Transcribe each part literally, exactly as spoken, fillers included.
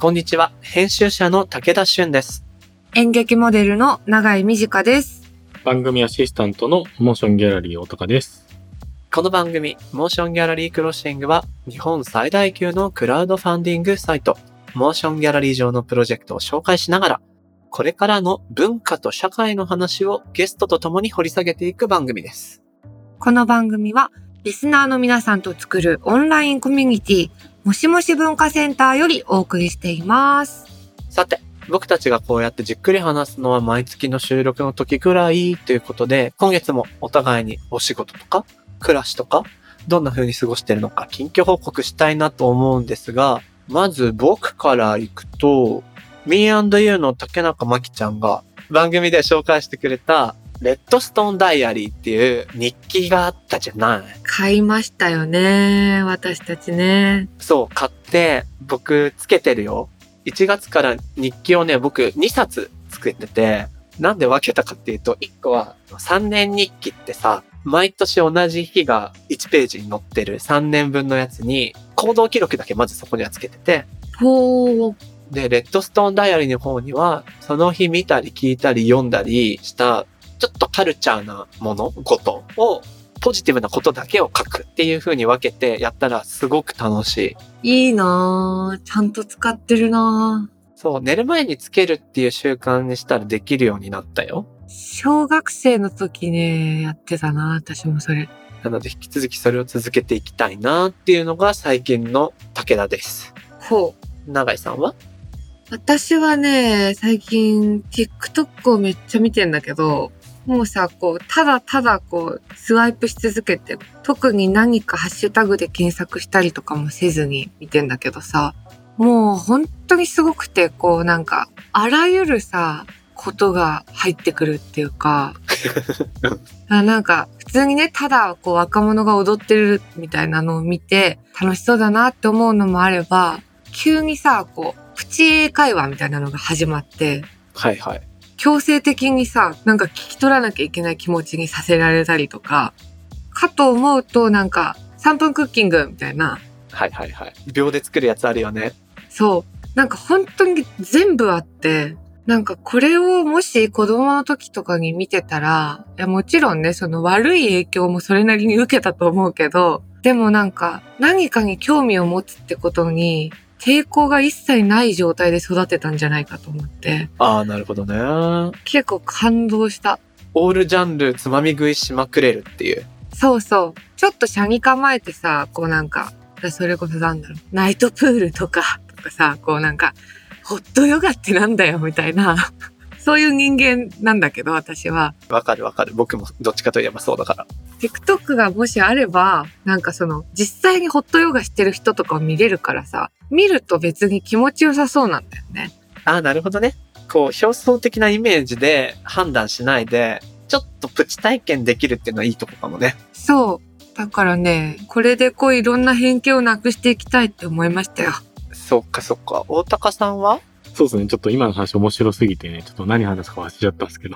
こんにちは。編集者の武田俊です。 演劇モデルの永井美智香です。 番組アシスタントのモーションギャラリー大高です。 この番組、モーションギャラリークロッシングは、日本最大級のクラウドファンディングサイト、モーションギャラリー上のプロジェクトを紹介しながら、これからの文化と社会の話をゲストと共に掘り下げていく番組です。 この番組は、リスナーの皆さんと作るオンラインコミュニティ、もしもし文化センターよりお送りしています。 さて、僕たちがこうやってじっくり話すのは毎月の収録の時くらいということで、今月もお互いにお仕事とか、暮らしとか、どんな風に過ごしているのか近況報告したいなと思うんですが、まず僕から行くと、Me and You の竹中真希ちゃんが番組で紹介してくれたレッドストーンダイアリーっていう日記があったじゃない。 買いましたよね、私たちね。 そう、買って僕つけてるよ。いちがつから日記をね、僕にさつ作ってて、なんで分けたかっていうと、いっこはさんねん日記ってさ、毎年同じ日がいちページに載ってるさんねんぶんのやつに行動記録だけまずそこにはつけてて、 ほー。 で、レッドストーンダイアリーの方には、その日見たり聞いたり読んだりした、ちょっとカルチャーなもの、ことを、ポジティブなことだけを書くっていう風に分けてやったらすごく楽しい。 いいなぁ。ちゃんと使ってるなぁ。 そう、寝る前につけるっていう習慣にしたらできるようになったよ。 小学生の時ね、やってたな、私もそれ。 なので引き続きそれを続けていきたいなっていうのが最近の武田です。 ほう。永井さんは？ 私はね、最近 TikTok をめっちゃ見てんだけど、もうさ、こう、ただただこう、スワイプし続けて、特に何かハッシュタグで検索したりとかもせずに見てんだけどさ、もう本当にすごくて、こうなんか、あらゆるさ、ことが入ってくるっていうか、なんか、普通にね、ただこう若者が踊ってるみたいなのを見て、楽しそうだなって思うのもあれば、急にさ、こう、プチ英会話みたいなのが始まって、 はいはい。 強制的にさ、なんか聞き取らなきゃいけない気持ちにさせられたりとか、かと思うとなんかさんぷんクッキングみたいな。 はいはいはい。秒で作るやつあるよね。 そう。なんか本当に全部あって、なんかこれをもし子供の時とかに見てたら、いやもちろんね、その悪い影響もそれなりに受けたと思うけど、でもなんか何かに興味を持つってことに、抵抗が一切ない状態で育てたんじゃないかと思って。 ああ、なるほどね。 結構感動した。 オールジャンルつまみ食いしまくれるっていう。 そうそう。ちょっと車に構えてさ、こうなんか、それこそなんだろう、ナイトプールとか、とかさ、こうなんか、ホットヨガってなんだよ、みたいな。そういう人間なんだけど、私は。 わかるわかる。僕もどっちかといえばそうだから。 TikTok がもしあれば、なんかその、実際にホットヨガしてる人とかを見れるからさ、見ると別に気持ちよさそうなんだよね。 ああ、なるほどね。こう、表層的なイメージで判断しないで、ちょっとプチ体験できるっていうのはいいとこかもね。 そう。だからね、これでこういろんな偏見をなくしていきたいって思いましたよ。 そっかそっか。大高さんは？ そうですね。ちょっと今の話面白すぎてね、ちょっと何話すか忘れちゃったんですけど。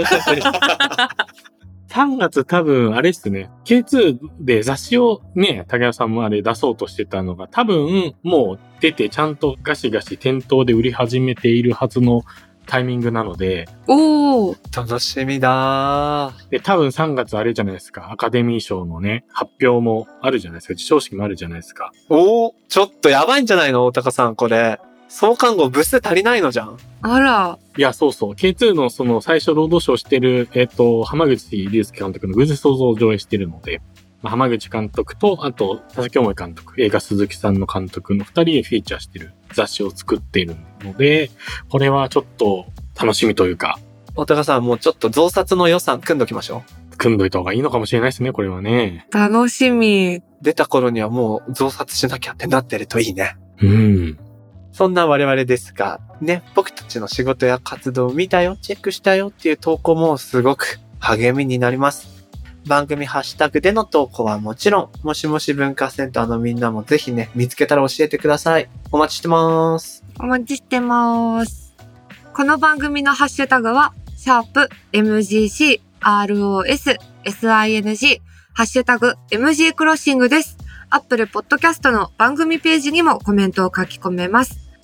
さんがつ多分、あれっすね。ケーツー で雑誌をね、竹谷さんもあれ出そうとしてたのが、多分、もう出てちゃんとガシガシ店頭で売り始めているはずのタイミングなので。 おー。 楽しみだー。 で、多分さんがつあれじゃないですか。アカデミー賞のね、発表もあるじゃないですか。授賞式もあるじゃないですか。 おー、ちょっとやばいんじゃないの大高さん、これ。創刊号部数足りないのじゃん。 あら。 いや、そうそう。ケーツー のその最初ロードショーしてる、えっと、浜口竜介監督の偶然創造を上映してるので、まあ、浜口監督と、あと、佐々木思い監督、映画鈴木さんの監督の二人でフィーチャーしてる雑誌を作っているので、これはちょっと楽しみというか。 大高さん、もうちょっと増刷の予算組んどきましょう。組んどいた方がいいのかもしれないですね、これはね。 楽しみ。 出た頃にはもう増刷しなきゃってなってるといいね。 うん。 そんな我々ですが、ね、僕たちの仕事や活動を見たよ、チェックしたよっていう投稿もすごく励みになります。番組ハッシュタグでの投稿はもちろん、もしもし文化センターのみんなもぜひね、見つけたら教えてください。お待ちしてます。 お待ちしてます。この番組のハッシュタグは、シャープ エムジーシーアールオーエスエスアイエヌジー ハッシュタグ エムジー クロッシングです。Apple Podcast の番組ページにもコメントを書き込めます。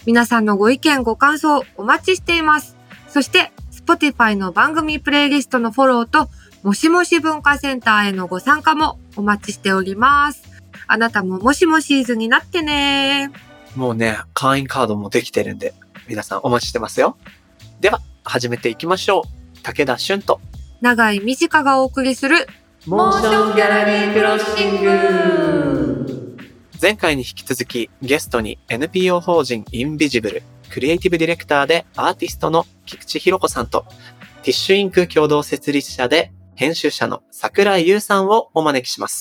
皆さんのご意見ご感想お待ちしています。そして Spotify の番組プレイリストのフォローともしもし文化センターへのご参加もお待ちしております。あなたももしもシーズンになってね。 もうね、会員カードもできてるんで、皆さんお待ちしてますよ。では、始めていきましょう。武田俊と長井美智香がお送りするモーションギャラリークロッシング。前回に引き続きゲストに エヌピーオー 法人インビジブルクリエイティブディレクターでアーティストの菊池弘子さんとティッシュインク共同設立者で編集者の桜井優さんをお招きします。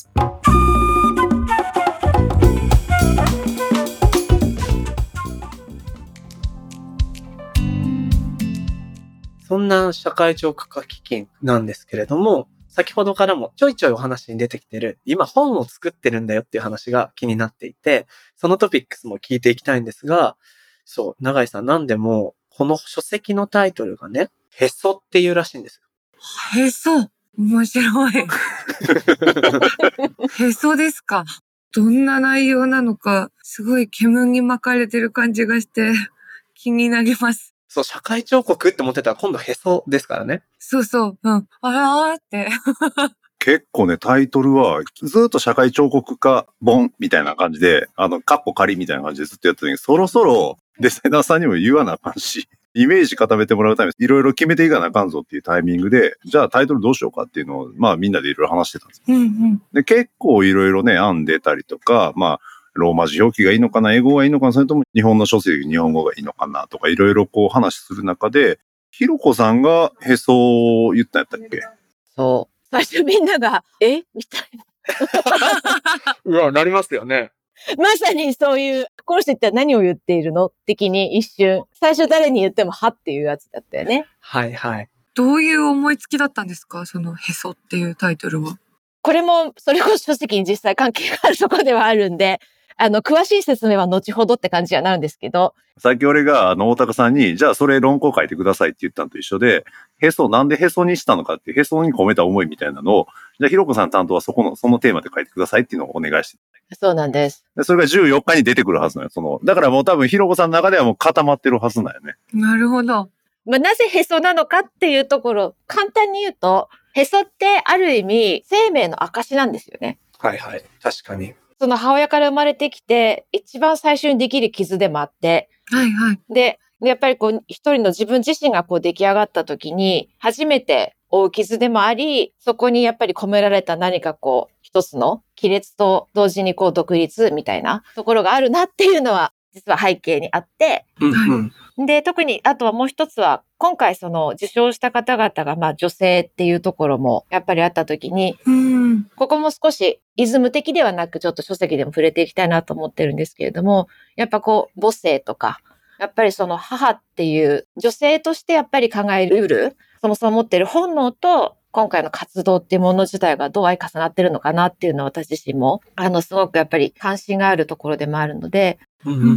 そんな社会聴覚化基金なんですけれども、先ほどからもちょいちょいお話に出てきてる、今本を作ってるんだよっていう話が気になっていて、そのトピックスも聞いていきたいんですが、そう、永井さん、なんでも、この書籍のタイトルがね、へそっていうらしいんですよ。 へそ、面白い。へそですか。どんな内容なのか、すごい煙に巻かれてる感じがして、気になります。 そう、社会彫刻って思ってたら今度へそですからね。 そうそう、うん。あらーって。 結構ね、タイトルは、ずっと社会彫刻家本みたいな感じで、あの、カッコ仮みたいな感じでずっとやってたんだけど、そろそろデザイナーさんにも言わなあかんし、イメージ固めてもらうためにいろいろ決めていかなあかんぞっていうタイミングで、じゃあタイトルどうしようかっていうのを、まあみんなでいろいろ話してたんです。 うんうん、 で、結構いろいろね、案出たりとか、まあ、ローマ字表記がいいのかな、英語がいいのかな、それとも日本の書籍、日本語がいいのかなとか、いろいろこう話する中で、ひろこさんがへそを言ったんやったっけ？ そう。最初みんなが、えみたいな。 うわ、なりますよね。 まさにそういう、この人一体何を言っているの的に一瞬、最初誰に言ってもはっていうやつだったよね。 はいはい。 どういう思いつきだったんですか？そのへそっていうタイトルは。 これも、それこそ書籍に実際関係があるところではあるんで、あの、詳しい説明は後ほどって感じにはなるんですけど。 さっき俺が、あの、大高さんに、じゃあそれ論考書いてくださいって言ったのと一緒で、へそ、なんでへそにしたのかっていう、へそに込めた思いみたいなのを、じゃあひろこさん担当はそこの、そのテーマで書いてくださいっていうのをお願いして。 そうなんです。 でそれがじゅうよっかに出てくるはずなのよ。その、だからもう多分ひろこさんの中ではもう固まってるはずなんよね。 なるほど。 まあ、なぜへそなのかっていうところ、簡単に言うと、へそってある意味生命の証なんですよね。 はいはい。確かに。 その母親から生まれてきて、一番最初にできる傷でもあって、 はいはい。 で、やっぱりこう、一人の自分自身がこう出来上がった時に、初めて負う傷でもあり、そこにやっぱり込められた何かこう、一つの亀裂と同時にこう独立みたいなところがあるなっていうのは、実は背景にあって、 うんうん。 で、特に、あとはもう一つは、今回その受賞した方々が、まあ女性っていうところもやっぱりあった時に、 うん。 ここも少しイズム的ではなく、ちょっと書籍でも触れていきたいなと思ってるんですけれども、やっぱこう、母性とか、やっぱりその母っていう女性としてやっぱり考えうる、そもそも持っている本能と、今回の活動っていうもの自体がどう相重なってるのかなっていうのは私自身も、あの、すごくやっぱり関心があるところでもあるので、 うんうんうんうん。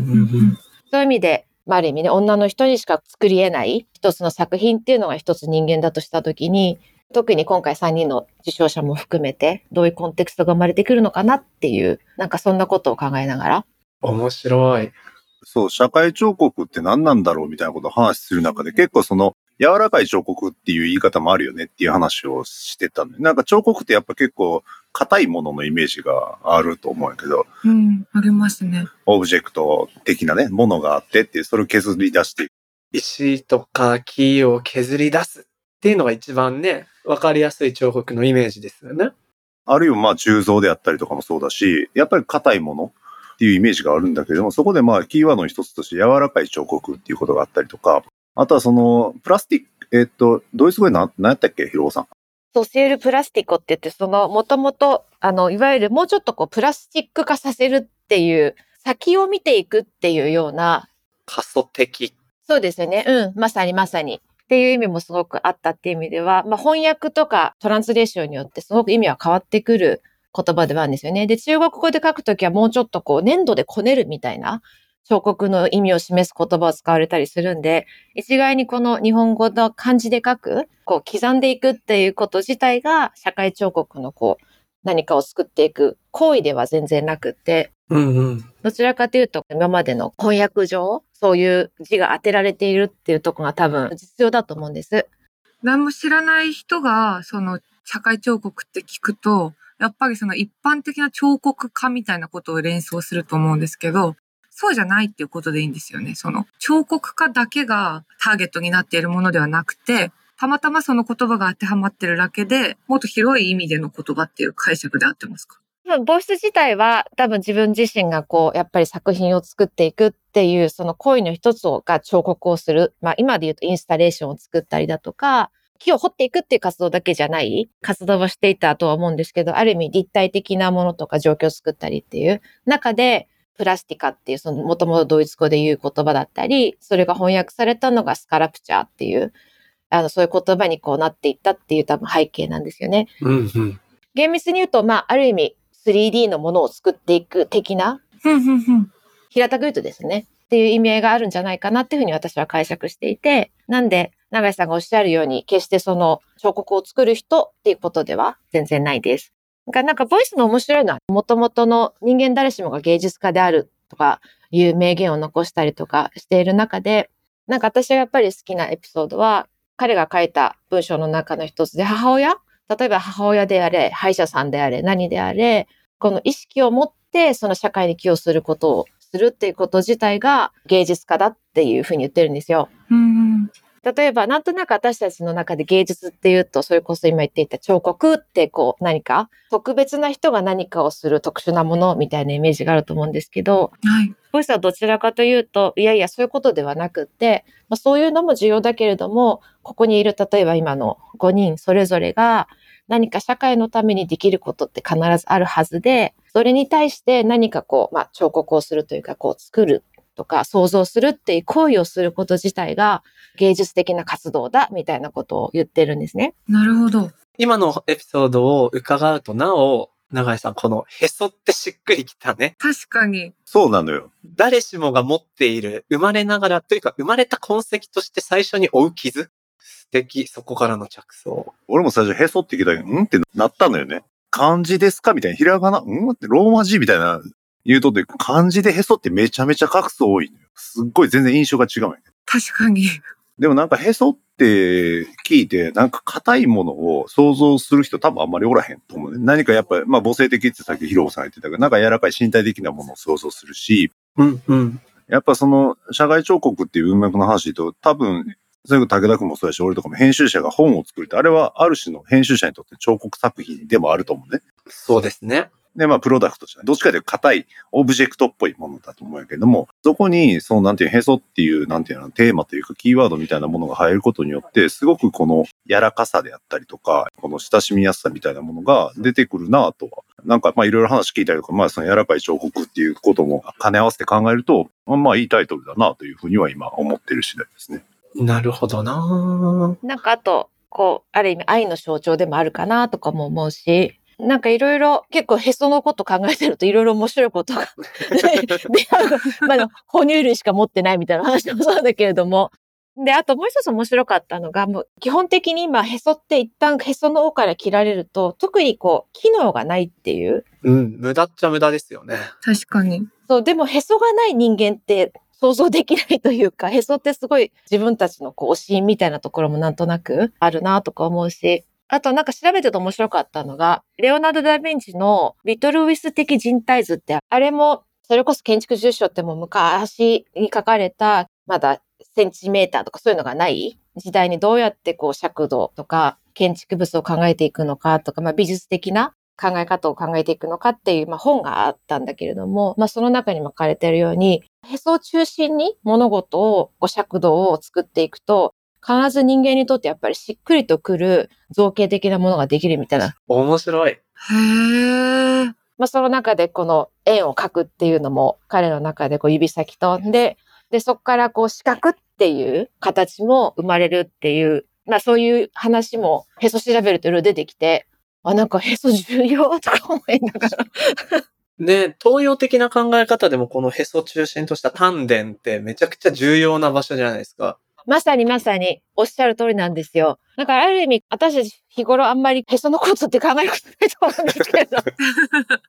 そういう意味で、まあ、ある意味ね、女の人にしか作り得ない一つの作品っていうのが一つ人間だとしたときに、特に今回さんにんの受賞者も含めて、どういうコンテクストが生まれてくるのかなっていう、なんかそんなことを考えながら。 面白い。 そう、社会彫刻って何なんだろうみたいなことを話する中で、結構その、柔らかい彫刻っていう言い方もあるよねっていう話をしてたんで、なんか彫刻ってやっぱ結構硬いもののイメージがあると思うんやけど、 うん、ありますね。 オブジェクト的なね、ものがあってっていう、それを削り出していく。 石とか木を削り出すっていうのが一番ね、わかりやすい彫刻のイメージですよね。 あるいはまあ鋳造であったりとかもそうだし、やっぱり硬いものっていうイメージがあるんだけれども、そこでまあキーワードの一つとして柔らかい彫刻っていうことがあったりとか、あとはそのプラスティック、えっと、ドイツ語で何やったっけ、ヒロオさん。 ソシエルプラスティコって言って、その、もともと、あの、いわゆるもうちょっとこう、プラスチック化させるっていう、先を見ていくっていうような。 過疎的。 そうですよね。うん。まさにまさに。っていう意味もすごくあったっていう意味では、まあ、翻訳とかトランスレーションによってすごく意味は変わってくる言葉ではあるんですよね。で、中国語で書くときはもうちょっとこう、粘土でこねるみたいな彫刻の意味を示す言葉を使われたりするんで、一概にこの日本語の漢字で書く、こう刻んでいくっていうこと自体が社会彫刻のこう何かを作っていく行為では全然なくって、 うんうん。 どちらかというと、今までの翻訳上、そういう字が当てられているっていうところが多分実用だと思うんです。 何も知らない人が、その社会彫刻って聞くと、やっぱりその一般的な彫刻家みたいなことを連想すると思うんですけど、そうじゃないっていうことでいいんですよね。その彫刻家だけがターゲットになっているものではなくて、たまたまその言葉が当てはまってるだけで、もっと広い意味での言葉っていう解釈で合ってますか？ ボイス自体は多分自分自身がこう、やっぱり作品を作っていくっていう、その行為の一つが彫刻をする。まあ今で言うとインスタレーションを作ったりだとか、木を掘っていくっていう活動だけじゃない活動をしていたとは思うんですけど、ある意味立体的なものとか状況を作ったりっていう中で、プラスティカっていうその元々ドイツ語で言う言葉だったり、それが翻訳されたのがスカラプチャーっていう、あの、そういう言葉にこうなっていったっていう多分背景なんですよね。 うんうん。 厳密に言うと、まあある意味、スリーディー のものを作っていく的な、 ふんふんふん。 平たく言うとですね、っていう意味合いがあるんじゃないかなっていうふうに私は解釈していて、なんで、永井さんがおっしゃるように、決してその彫刻を作る人っていうことでは全然ないです。だからなんかボイスの面白いのは、元々の人間誰しもが芸術家であるとかいう名言を残したりとかしている中で、なんか私がやっぱり好きなエピソードは、彼が書いた文章の中の一つで、母親例えば母親であれ、歯医者さんであれ、何であれ、この意識を持ってその社会に寄与することをするっていうこと自体が芸術家だっていうふうに言ってるんですよ。 うん例えば、なんとなく私たちの中で芸術っていうと、それこそ今言っていた彫刻ってこう何か特別な人が何かをする特殊なものみたいなイメージがあると思うんですけど、 はい。 ボイスはどちらかというと、いやいやそういうことではなくって、まあ、そういうのも重要だけれども、ここにいる例えば今のごにんそれぞれが何か社会のためにできることって必ずあるはずで、それに対して何かこう、まあ、彫刻をするというか、こう作るとか想像するっていう行為をすること自体が芸術的な活動だみたいなことを言ってるんですね。 なるほど。 今のエピソードを伺うとなお、永井さん、このへそってしっくりきたね。 確かに。 そうなのよ。 誰しもが持っている、生まれながら、というか生まれた痕跡として最初に負う傷。素敵、そこからの着想。 俺も最初へそって聞いたけど、んってなったのよね。漢字ですかみたいな。ひらがな、んってローマ字みたいな言うとって、漢字でへそってめちゃめちゃ画数多いのよ。すっごい全然印象が違うんやね。 確かに。 でもなんかへそって聞いて、なんか硬いものを想像する人多分あんまりおらへんと思うね。何かやっぱり、まあ母性的ってさっきヒロさん言ってたけど、なんか柔らかい身体的なものを想像するし、 うんうん。 やっぱその社会彫刻っていう文脈の話と多分、それこそ武田君もそうやし、俺とかも編集者が本を作るって、あれはある種の編集者にとって彫刻作品でもあると思うね。 そうですね。 で、まあ、プロダクトじゃない。どっちかというと硬いオブジェクトっぽいものだと思うんやけども、そこに、その、なんていう、へそっていう、なんていうの、テーマというか、キーワードみたいなものが入ることによって、すごくこの柔らかさであったりとか、この親しみやすさみたいなものが出てくるなぁとは。なんか、まあ、いろいろ話聞いたりとか、まあ、その柔らかい彫刻っていうことも兼ね合わせて考えると、まあ、いいタイトルだなというふうには今思ってる次第ですね。 なるほどな。 なんかあと、こう、ある意味愛の象徴でもあるかなとかも思うし、なんかいろいろ結構へそのこと考えてるといろいろ面白いことがで、まあ、哺乳類しか持ってないみたいな話もそうだけれども。で、あともう一つ面白かったのが、もう基本的に今へそって一旦へその緒から切られると、特にこう、機能がないっていう。 うん、無駄っちゃ無駄ですよね。 確かに。 そう、でもへそがない人間って想像できないというか、へそってすごい自分たちのこう、推しみたいなところもなんとなくあるなとか思うし、あとなんか調べてると面白かったのが、レオナルド・ダ・ヴィンチのリトル・ウィス的人体図って、あれも、それこそ建築住所ってもう昔に書かれた、まだセンチメーターとかそういうのがない時代にどうやってこう尺度とか建築物を考えていくのかとか、まあ美術的な考え方を考えていくのかっていう、まあ、本があったんだけれども、まあ、その中にも書かれているように、へそを中心に物事を、こう尺度を作っていくと、必ず人間にとってやっぱりしっくりとくる造形的なものができるみたいな。 面白い。 へー。 まあ、その中でこの円を描くっていうのも彼の中でこう指先とんで、で、そこからこう四角っていう形も生まれるっていう、まあそういう話もへそ調べるといろいろ出てきて、あ、なんかへそ重要とか思いながら。 で、東洋的な考え方でもこのへそ中心とした丹田ってめちゃくちゃ重要な場所じゃないですか。 まさにまさにおっしゃる通りなんですよ。だからある意味私たち日頃あんまりへそのことって考えることないと思うんですけど。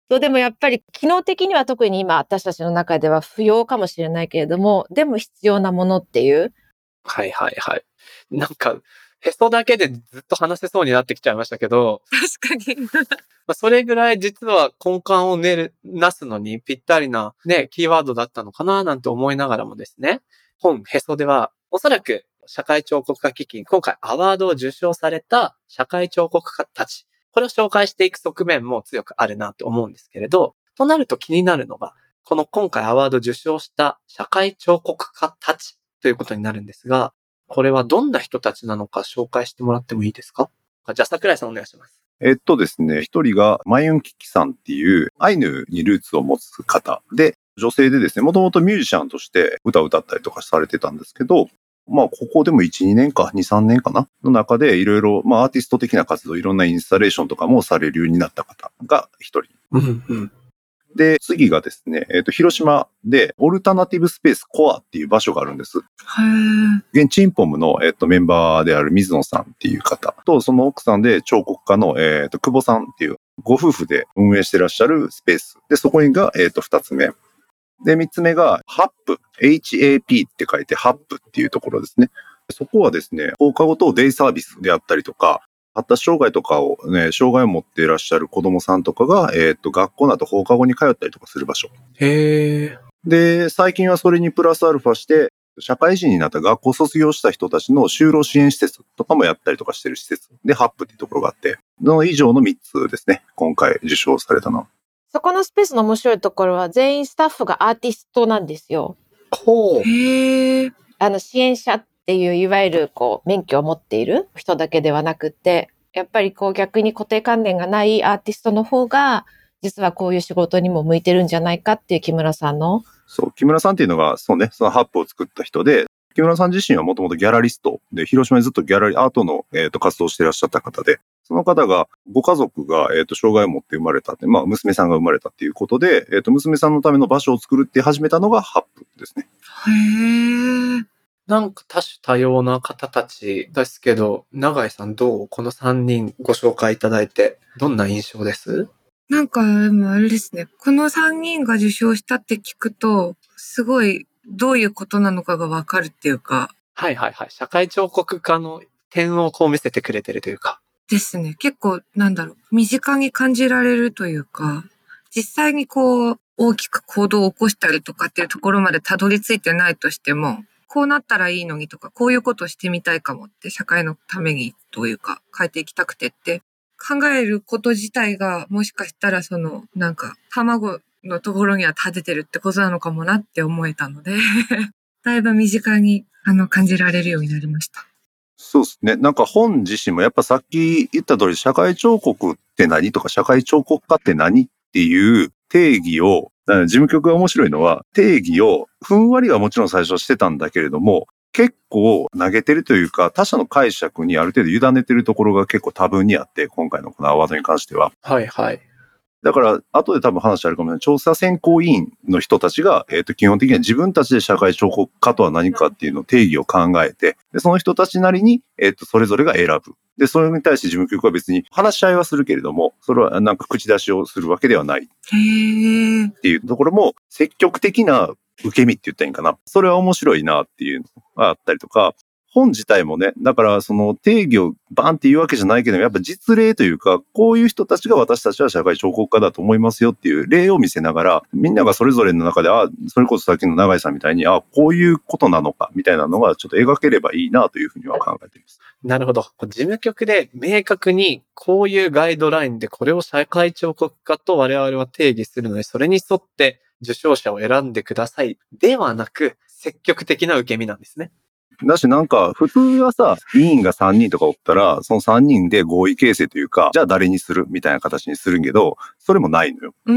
そう、でもやっぱり機能的には特に今私たちの中では不要かもしれないけれども、でも必要なものっていう。 はいはいはい。なんか、へそだけでずっと話せそうになってきちゃいましたけど、 確かに。 まあそれぐらい実は根幹を練る、なすのにぴったりなね、キーワードだったのかななんて思いながらもですね、本へそではおそらく社会彫刻家基金、今回アワードを受賞された社会彫刻家たち、これを紹介していく側面も強くあるなと思うんですけれど、となると気になるのが、この今回アワードを受賞した社会彫刻家たちということになるんですが、これはどんな人たちなのか紹介してもらってもいいですか？じゃあ桜井さんお願いします。 えっとですね、一人がマユンキキさんっていうアイヌにルーツを持つ方で、女性でですね、もともとミュージシャンとして歌を歌ったりとかされてたんですけど、まあ、ここでもいち、にねんか、に、さんねんかなの中でいろいろ、まあ、アーティスト的な活動、いろんなインスタレーションとかもされるようになった方が一人。 うんうん。 で、次がですね、えっと、広島でオルタナティブスペースコアっていう場所があるんです。 へー。 現チンポムの、えっと、メンバーである水野さんっていう方と、その奥さんで彫刻家の、えっと、久保さんっていうご夫婦で運営してらっしゃるスペース。で、そこが、えっと、二つ目。で、三つ目が、ハップ。エイチエーピー って書いて、ハップっていうところですね。そこはですね、放課後等デイサービスであったりとか、発達障害とかをね、障害を持っていらっしゃる子供さんとかが、えっと、学校など放課後に通ったりとかする場所。 へー。 で、最近はそれにプラスアルファして、社会人になった学校卒業した人たちの就労支援施設とかもやったりとかしてる施設で、ハップっていうところがあって、の以上のみっつですね、今回受賞されたの。 そこのスペースの面白いところは全員スタッフがアーティストなんですよ。 ほう。 へー。 あの支援者っていういわゆるこう免許を持っている人だけではなくて、やっぱりこう逆に固定観念がないアーティストの方が実はこういう仕事にも向いてるんじゃないかっていう木村さんの。 そう、木村さんっていうのが、そうね、そのハップを作った人で、木村さん自身はもともとギャラリストで、広島にずっとギャラリー、アートの、えー、と活動をしていらっしゃった方で、その方が、ご家族が、えー、と障害を持って生まれたって、まあ、娘さんが生まれたっていうことで、えー、と娘さんのための場所を作るって始めたのがハップですね。 へー。 なんか多種多様な方たちですけど、永井さんどう？このさんにんご紹介いただいて、どんな印象です？ なんか、でもあれですね。このさんにんが受賞したって聞くと、すごいどういうことなのかがわかるっていうか。 はいはいはい。社会彫刻家の点をこう見せてくれてるというか。 ですね。結構、なんだろう。身近に感じられるというか、実際にこう、大きく行動を起こしたりとかっていうところまでたどり着いてないとしても、こうなったらいいのにとか、こういうことをしてみたいかもって、社会のためにというか、変えていきたくてって考えること自体が、もしかしたらその、なんか、卵のところには立ててるってことなのかもなって思えたので、だいぶ身近にあの感じられるようになりました。 そうですね。なんか本自身もやっぱさっき言った通り、社会彫刻って何とか、社会彫刻家って何っていう定義を、事務局が面白いのは、定義をふんわりはもちろん最初してたんだけれども、結構投げてるというか、他者の解釈にある程度委ねてるところが結構多分にあって、今回のこのアワードに関しては。 はいはい。 だから、後で多分話あるかもしれない。調査選考委員の人たちが、えっと、基本的には自分たちで社会彫刻家とは何かっていうのを定義を考えて、で、その人たちなりに、えっと、それぞれが選ぶ。で、それに対して事務局は別に話し合いはするけれども、それはなんか口出しをするわけではないへー。 っていうところも、積極的な受け身って言ったらいいんかな。それは面白いなっていうのがあったりとか、本自体もね、だからその定義をバーンって言うわけじゃないけど、やっぱ実例というか、こういう人たちが私たちは社会彫刻家だと思いますよっていう例を見せながら、みんながそれぞれの中で、あ、それこそさっきの永井さんみたいに、あ、こういうことなのかみたいなのがちょっと描ければいいなというふうには考えています。 なるほど。事務局で明確にこういうガイドラインでこれを社会彫刻家と我々は定義するので、それに沿って受賞者を選んでくださいではなく、積極的な受け身なんですね。 だしなんか、普通はさ、委員がさんにんとかおったら、そのさんにんで合意形成というか、じゃあ誰にするみたいな形にするけど、それもないのよ。 うん。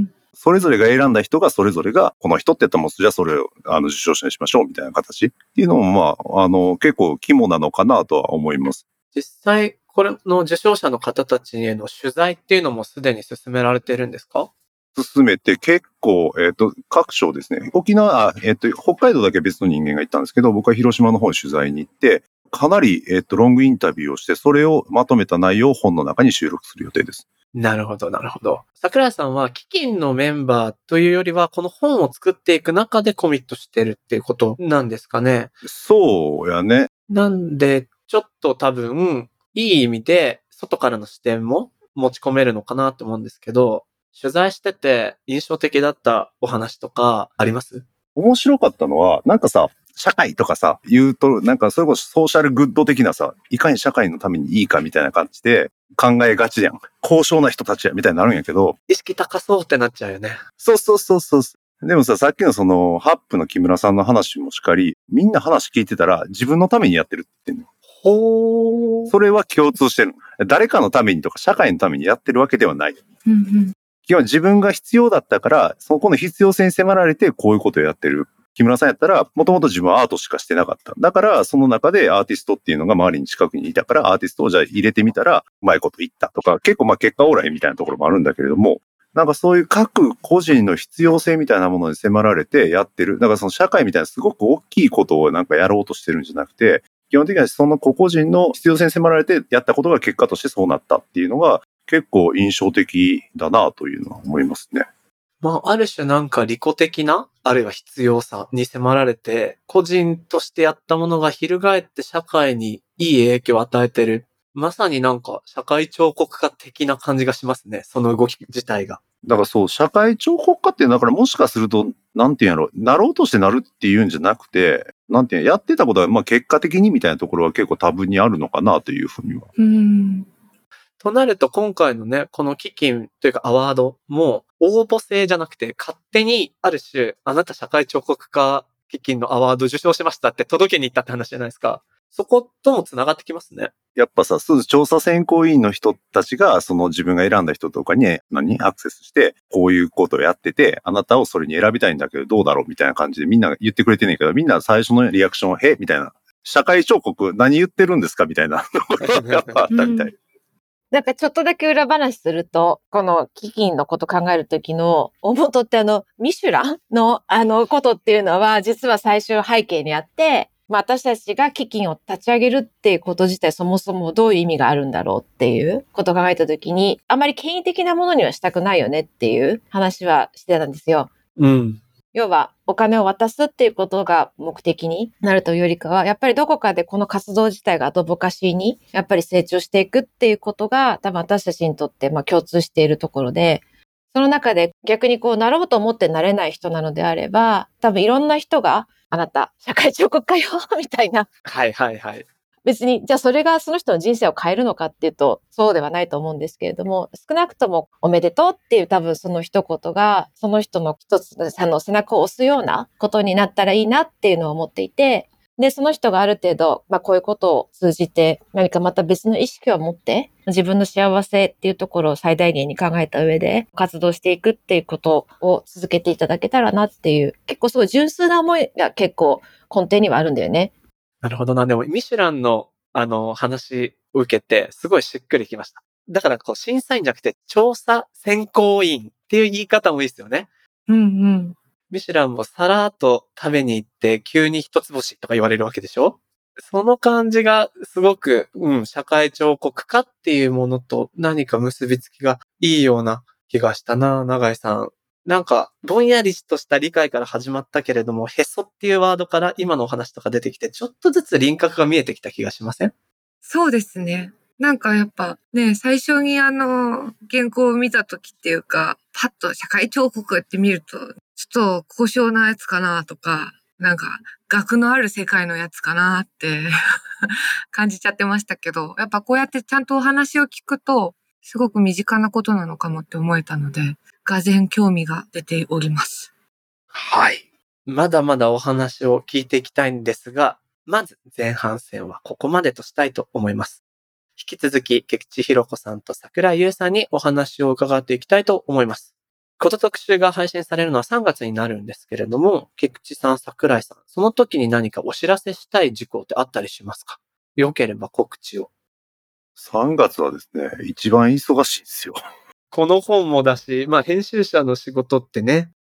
それぞれが選んだ人がそれぞれが、この人って言ったらもう、じゃあそれをあの受賞者にしましょうみたいな形っていうのも、まあ、あの、結構肝なのかなとは思います。 実際、これの受賞者の方たちへの取材っていうのもすでに進められてるんですか？ 進めて結構、えっと、各省ですね。沖縄、えっと、北海道だけ別の人間が行ったんですけど、僕は広島の方に取材に行って、かなり、えっと、ロングインタビューをして、それをまとめた内容を本の中に収録する予定です。 なるほど、なるほど。桜井さんは、基金のメンバーというよりは、この本を作っていく中でコミットしてるっていうことなんですかね。 そうやね。 なんで、ちょっと多分、いい意味で、外からの視点も持ち込めるのかなと思うんですけど、取材してて印象的だったお話とかあります？ 面白かったのは、なんかさ、社会とかさ、言うと、なんかそれこそソーシャルグッド的なさ、いかに社会のためにいいかみたいな感じで考えがちやん。高尚な人たちやみたいになるんやけど。 意識高そうってなっちゃうよね。 そうそうそうそう。でもさ、さっきのその、ハップの木村さんの話もしかり、みんな話聞いてたら自分のためにやってるって言ってんの。 ほー。 それは共通してるの。誰かのためにとか社会のためにやってるわけではない。 うんうん。 基本自分が必要だったから、そこの必要性に迫られてこういうことをやってる。木村さんやったら、もともと自分はアートしかしてなかった。だから、その中でアーティストっていうのが周りに近くにいたから、アーティストをじゃあ入れてみたら、うまいこと言ったとか、結構まあ結果オーライみたいなところもあるんだけれども、なんかそういう各個人の必要性みたいなものに迫られてやってる。だからその社会みたいなすごく大きいことをなんかやろうとしてるんじゃなくて、基本的にはその個々人の必要性に迫られてやったことが結果としてそうなったっていうのが結構印象的だなというのは思いますね。 まあ、ある種なんか利己的な、あるいは必要さに迫られて、個人としてやったものが翻って社会にいい影響を与えてる。まさになんか社会彫刻家的な感じがしますね。その動き自体が。 だからそう、社会彫刻家っていうのは、だからもしかすると、なんていうんやろ、なろうとしてなるっていうんじゃなくて、なんていうんや、やってたことは、まあ結果的にみたいなところは結構多分にあるのかなというふうには。 うん。 となると今回のね、この基金というかアワードも応募制じゃなくて勝手にある種あなた社会彫刻家基金のアワード受賞しましたって届けに行ったって話じゃないですか。そこともつながってきますね。 やっぱさ、すぐ調査選考委員の人たちが、その自分が選んだ人とかに、何アクセスして、こういうことをやってて、あなたをそれに選びたいんだけど、どうだろうみたいな感じでみんな言ってくれてんねんけど、みんな最初のリアクションは、へみたいな。社会彫刻何言ってるんですかみたいなのがやっぱあったみたい。 なんかちょっとだけ裏話すると、この基金のこと考えるときの、大元ってあの、ミシュランのあのことっていうのは、実は最初背景にあって、まあ私たちが基金を立ち上げるっていうこと自体そもそもどういう意味があるんだろうっていうことを考えたときに、あまり権威的なものにはしたくないよねっていう話はしてたんですよ。 うん。 要はお金を渡すっていうことが目的になるというよりかは、やっぱりどこかでこの活動自体がアドボカシーにやっぱり成長していくっていうことが多分私たちにとってまあ共通しているところで、その中で逆にこうなろうと思ってなれない人なのであれば、多分いろんな人があなた社会彫刻家よみたいな。 はいはいはい。 別に、じゃあそれがその人の人生を変えるのかっていうと、そうではないと思うんですけれども、少なくともおめでとうっていう多分その一言が、その人の一つあの背中を押すようなことになったらいいなっていうのを思っていて、で、その人がある程度、まあこういうことを通じて何かまた別の意識を持って、自分の幸せっていうところを最大限に考えた上で活動していくっていうことを続けていただけたらなっていう、結構すごい純粋な思いが結構根底にはあるんだよね。 なるほどな。でも、ミシュランの、あの、話を受けて、すごいしっくりきました。だから、こう、審査員じゃなくて、調査選考委員っていう言い方もいいですよね。 うんうん。 ミシュランもさらっと食べに行って、急に一つ星とか言われるわけでしょ？その感じが、すごく、うん、社会彫刻家っていうものと何か結びつきがいいような気がしたな、永井さん。なんか、ぼんやりとした理解から始まったけれども、へそっていうワードから今のお話とか出てきて、ちょっとずつ輪郭が見えてきた気がしません？ そうですね。なんかやっぱね、最初にあの、原稿を見た時っていうか、パッと社会彫刻って見ると、ちょっと高尚なやつかなとか、なんか学のある世界のやつかなって感じちゃってましたけど、やっぱこうやってちゃんとお話を聞くと、すごく身近なことなのかもって思えたので、がぜん興味が出ております。 はい。まだまだお話を聞いていきたいんですが、まず前半戦はここまでとしたいと思います。引き続き、菊池弘子さんと桜井優さんにお話を伺っていきたいと思います。この特集が配信されるのはさんがつになるんですけれども、菊池さん、桜井さん、その時に何かお知らせしたい事項ってあったりしますか？よければ告知を。 さんがつはですね、一番忙しいんですよ。 この本もだし、まあ編集者の仕事ってね。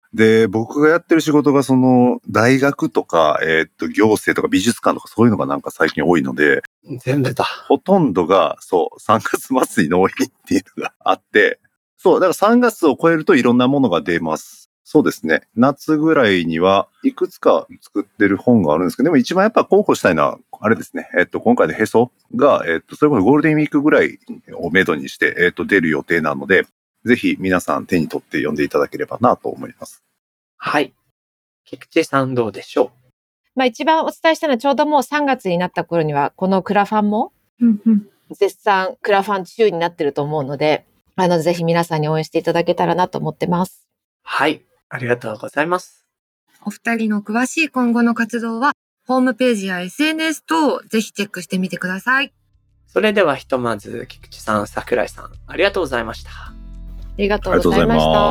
で、僕がやってる仕事がその大学とか、えーっと、行政とか美術館とかそういうのがなんか最近多いので、 全部だ。 ほとんどが、そう、さんがつ末に納品っていうのがあって、そう、だからさんがつを超えるといろんなものが出ます。そうですね。夏ぐらいにはいくつか作ってる本があるんですけど、でも一番やっぱ候補したいのは、あれですね。えっと、今回のへそが、えっと、それこそゴールデンウィークぐらいをめどにして、えっと、出る予定なので、ぜひ皆さん手に取って読んでいただければなと思います。 はい。菊池さんどうでしょう？ まあ一番お伝えしたのはちょうどもうさんがつになった頃には、このクラファンもうんうん。 絶賛クラファン中になってると思うので、あの、ぜひ皆さんに応援していただけたらなと思ってます。 はい。ありがとうございます。 お二人の詳しい今後の活動は、ホームページや エスエヌエス 等ぜひチェックしてみてください。 それではひとまず、菊池さん、桜井さん、ありがとうございました。 ありがとありがとうございうございました。 ます。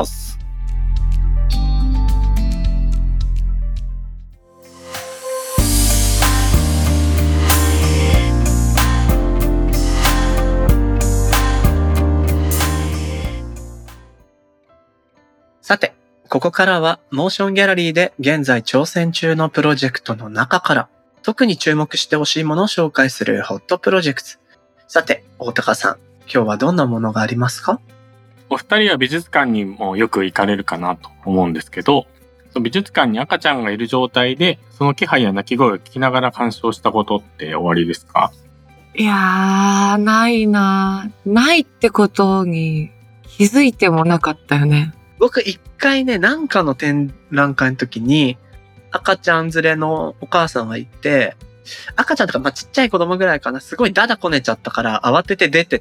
さて、ここからはモーションギャラリーで現在挑戦中のプロジェクトの中から特に注目してほしいものを紹介するホットプロジェクト。さて、大高さん、今日はどんなものがありますか？ お二人は美術館にもよく行かれるかなと思うんですけど、その美術館に赤ちゃんがいる状態で、その気配や鳴き声を聞きながら鑑賞したことっておありですか？ いやー、ないなー。ないってことに気づいてもなかったよね。 僕一回ね、なんかの展覧会の時に赤ちゃん連れのお母さんがいて、赤ちゃんとか、まあ、ちっちゃい子供ぐらいかな、すごいダダこねちゃったから慌てて出てって、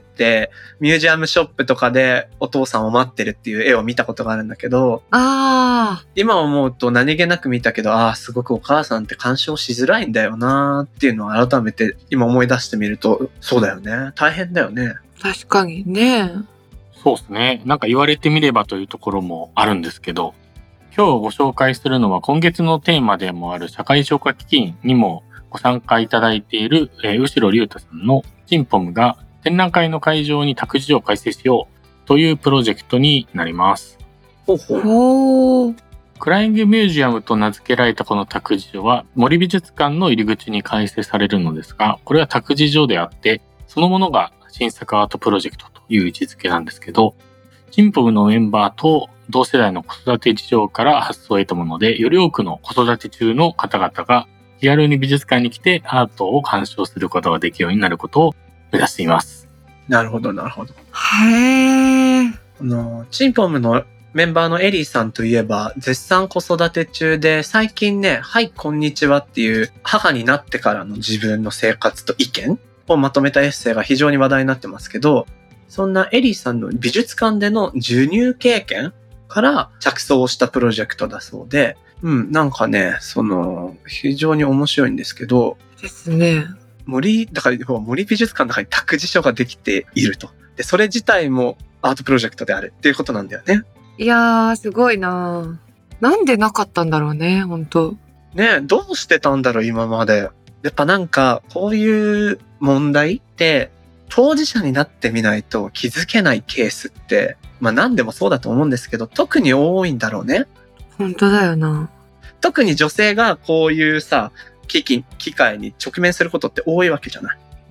ミュージアムショップとかでお父さんを待ってるっていう絵を見たことがあるんだけど、 あ今思うと何気なく見たけど、ああ、すごくお母さんって鑑賞しづらいんだよなーっていうのを改めて今思い出してみると、そうだよね。大変だよね。 ー、確かにね。 そうですね。なんか言われてみればというところもあるんですけど、今日ご紹介するのは今月のテーマでもある社会消化基金にもご参加いただいている、えー、後呂龍太さんのチンポムが展覧会の会場に託児所を開設しようというプロジェクトになります。 ほうほう。 おー。 クライングミュージアムと名付けられたこの託児所は森美術館の入り口に開設されるのですが、これは託児所であってそのものが新作アートプロジェクトという位置づけなんですけど、チンポムのメンバーと同世代の子育て事情から発想を得たもので、より多くの子育て中の方々が気軽に美術館に来てアートを鑑賞することができるようになることを目指しています。 なるほど、なるほど。 へー。 あの、チンポムのメンバーのエリーさんといえば、絶賛子育て中で、最近ね、はい、こんにちはっていう母になってからの自分の生活と意見をまとめたエッセイが非常に話題になってますけど、そんなエリーさんの美術館での授乳経験から着想したプロジェクトだそうで、うん、なんかね、その、非常に面白いんですけど、 ですね。 森、だから、森美術館の中に託児所ができていると。で、それ自体もアートプロジェクトであるっていうことなんだよね。 いやー、すごいなー。なんでなかったんだろうね、ほんと。 ねえ、どうしてたんだろう、今まで。やっぱなんか、こういう問題って、当事者になってみないと気づけないケースって、まあ何でもそうだと思うんですけど、特に多いんだろうね。 ほんとだよな。 特に女性がこういうさ、危機、機会に直面することって多いわけじゃない。 うん。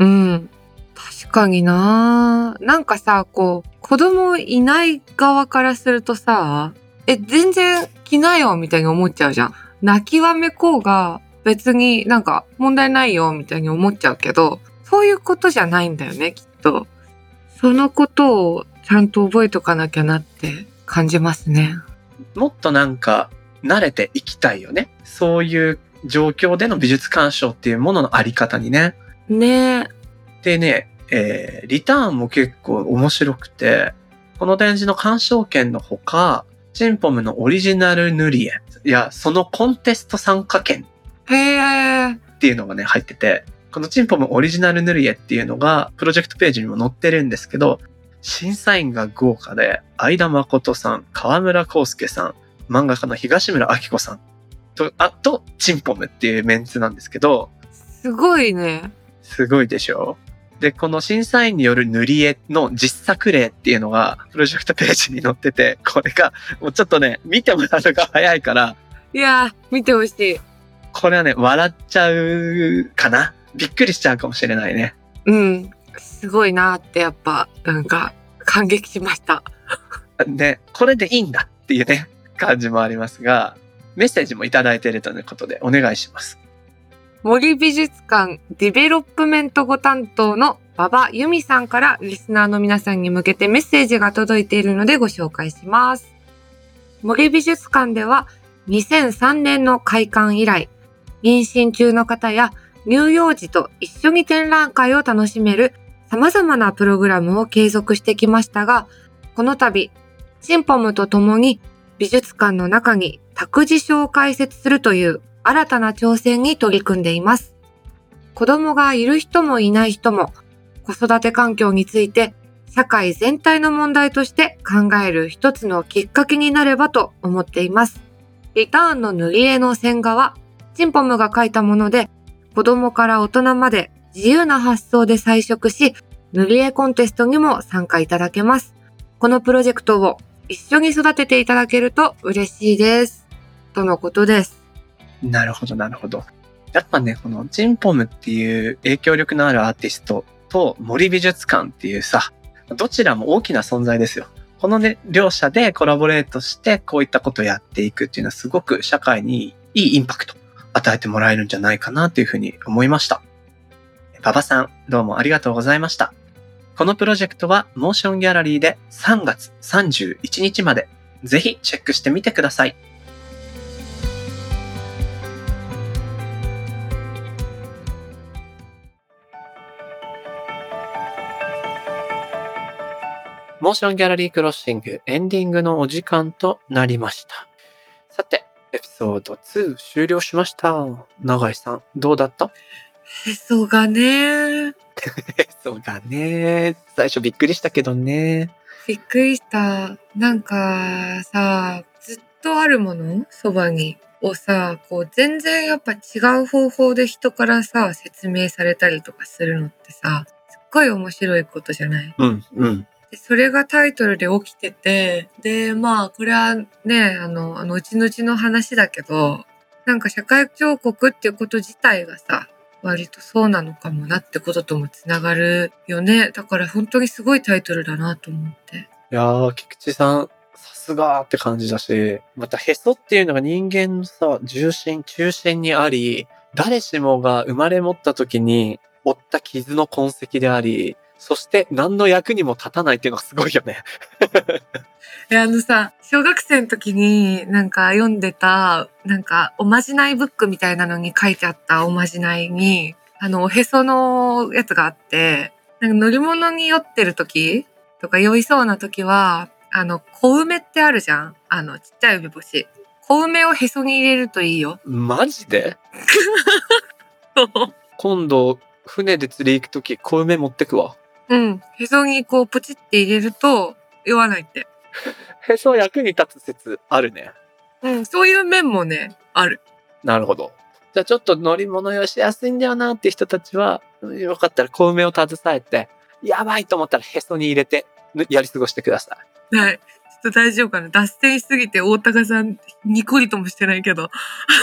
確かにな。なんかさ、こう、子供いない側からするとさ、え、全然来なよみたいに思っちゃうじゃん。泣きわめこうが別になんか問題ないよみたいに思っちゃうけど、そういうことじゃないんだよね、きっと。そのことをちゃんと覚えとかなきゃなって感じますね。 もっとなんか、慣れていきたいよね。そういう状況での美術鑑賞っていうもののあり方にね。 ねえ。 でね、えー、リターンも結構面白くて、この展示の鑑賞券のほか、チンポムのオリジナル塗り絵やそのコンテスト参加券へえ。 っていうのがね、入ってて、このチンポムオリジナル塗り絵っていうのがプロジェクトページにも載ってるんですけど、審査員が豪華で、相田誠さん、川村康介さん、漫画家の東村明子さんと、あと、チンポムっていうメンツなんですけど、 すごいね。 すごいでしょ？ で、この審査員による塗り絵の実作例っていうのが、プロジェクトページに載ってて、これが、もうちょっとね、見てもらうのが早いから、 いやー、見てほしい。 これはね、笑っちゃうかな。びっくりしちゃうかもしれないね。 うん。すごいなーってやっぱ、なんか、感激しました。 で、これでいいんだっていうね、感じもありますが、メッセージもいただいているということでお願いします。 森美術館ディベロップメントご担当の馬場由美さんからリスナーの皆さんに向けてメッセージが届いているのでご紹介します。森美術館ではにせんさんねんの開館以来、妊娠中の方や乳幼児と一緒に展覧会を楽しめる様々なプログラムを継続してきましたが、この度、チンポムと共に美術館の中に託児所を開設するという新たな挑戦に取り組んでいます。子供がいる人もいない人も子育て環境について社会全体の問題として考える一つのきっかけになればと思っています。リターンの塗り絵の線画はチンポムが描いたもので、子供から大人まで自由な発想で彩色し、塗り絵コンテストにも参加いただけます。このプロジェクトを一緒に育てていただけると嬉しいです。とのことです。 なるほど、なるほど。やっぱね、このチンポムっていう影響力のあるアーティストと森美術館っていうさ、どちらも大きな存在ですよ。このね、両者でコラボレートしてこういったことをやっていくっていうのはすごく社会にいいインパクト与えてもらえるんじゃないかなというふうに思いました。馬場さん、どうもありがとうございました。このプロジェクトはモーションギャラリーでさんがつさんじゅういちにちまでぜひチェックしてみてください。モーションギャラリークロッシングエンディングのお時間となりました。さて、エピソードに終了しました。永井さん、どうだった？ へそがね。 そうだね。最初びっくりしたけどね。 びっくりした。なんかさ、ずっとあるものそばにをさ、こう全然やっぱ違う方法で人からさ、説明されたりとかするのってさ、すっごい面白いことじゃない？ うんうん。 でそれがタイトルで起きてて、で、まあ、これはね、あの、あの、うちのうちの話だけど、なんか社会彫刻っていうこと自体がさ、割とそうなのかもなってことともつながるよね。だから本当にすごいタイトルだなと思って。 いやー、菊池さん、さすがって感じだし、またへそっていうのが人間のさ、重心、中心にあり、誰しもが生まれ持った時に負った傷の痕跡であり、そして何の役にも立たないっていうのがすごいよね。 え、あのさ、小学生の時になんか読んでた、なんかおまじないブックみたいなのに書いてあったおまじないに、あの、おへそのやつがあって、なんか乗り物に酔ってる時とか酔いそうな時は、あの、小梅ってあるじゃん？あの、ちっちゃい梅干し。小梅をへそに入れるといいよ。 マジで？今度、船で釣り行く時、小梅持ってくわ。 うん。へそにこうポチって入れると酔わないって。 へそ役に立つ説あるね。 うん。そういう面もね、ある。 なるほど。じゃあちょっと乗り物用しやすいんだよなって人たちは、よかったら小梅を携えて、やばいと思ったらへそに入れて、やり過ごしてください。 はい。ちょっと大丈夫かな？脱線しすぎて大高さん、ニコリともしてないけど。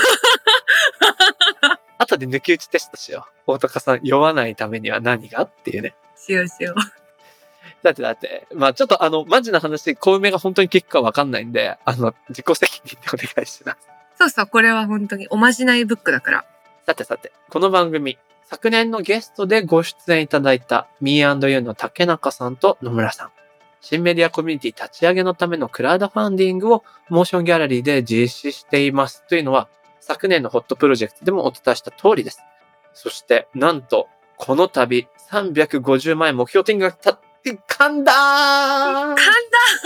後で抜き打ちテストしよう。大高さん、酔わないためには何がっていうね。 しようしよう。 だってだって、まあちょっとあの、マジな話、小梅が本当に結果わかんないんで、あの、自己責任でお願いします。 そうそう、これは本当におまじないブックだから。 さてさて、この番組、昨年のゲストでご出演いただいた ミーアンドユー の竹中さんと野村さん。新メディアコミュニティ立ち上げのためのクラウドファンディングをモーションギャラリーで実施していますというのは、昨年のホットプロジェクトでもお伝えした通りです。そして、なんと、この度、さんびゃくごじゅうまんえん目標金額た、かんだーかんだー達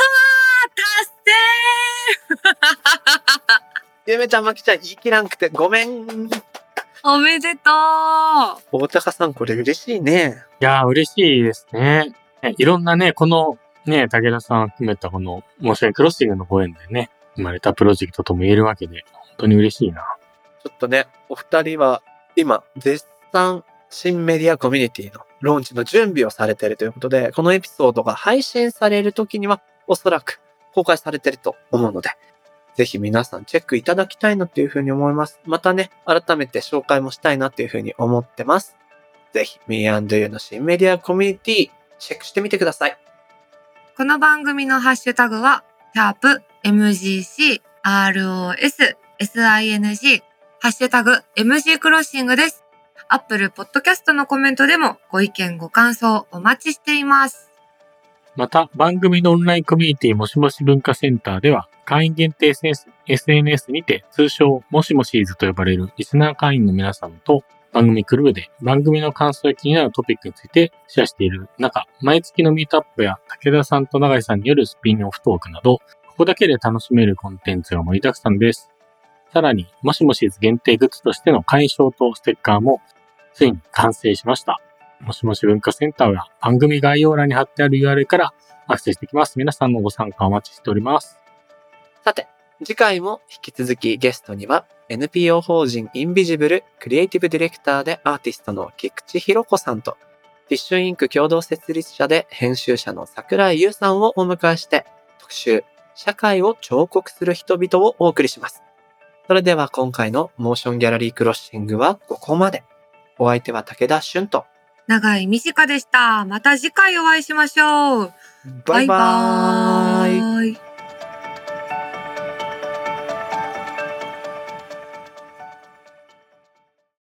成ゆめちゃん、まきちゃん、言い切らんくてごめん。 おめでとう。 大高さん、これ嬉しいね。 いやー、嬉しいですね。いろんなね、このね、武田さん含めたこの、モーションクロッシングのご縁でね、生まれたプロジェクトとも言えるわけで、本当に嬉しいな。 ちょっとね、お二人は、今、絶賛新メディアコミュニティのローンチの準備をされているということで、このエピソードが配信される時にはおそらく公開されていると思うので、ぜひ皆さんチェックいただきたいなっていうふうに思います。またね、改めて紹介もしたいなっていうふうに思ってます。ぜひ Me and You の新メディアコミュニティチェックしてみてください。 この番組のハッシュタグは、シャープ エムジーシー アールオーエス エスアイエヌジー ハッシュタグ エムジー クロッシングです。Apple Podcast のコメントでもご意見ご感想お待ちしています。 また、番組のオンラインコミュニティもしもし文化センターでは、会員限定 エスエヌエス にて、通称もしもしーずと呼ばれるリスナー会員の皆様と番組クルーで番組の感想や気になるトピックについてシェアしている中、毎月のミートアップや武田さんと永井さんによるスピンオフトークなど、ここだけで楽しめるコンテンツが盛りだくさんです。さらに、もしもしーず限定グッズとしての会員証とステッカーもついに完成しました。もしもし文化センターは番組概要欄に貼ってある ユーアールエル からアクセスできます。皆さんのご参加お待ちしております。 さて、次回も引き続きゲストには エヌピーオー 法人インビジブルクリエイティブディレクターでアーティストの菊池博子さんとティッシュインク共同設立者で編集者の桜井優さんをお迎えして特集社会を彫刻する人々をお送りします。それでは今回のモーションギャラリークロッシングはここまで。お相手は武田俊と長井美智香でした。また次回お会いしましょう。 バイバーイ。 バイバーイ。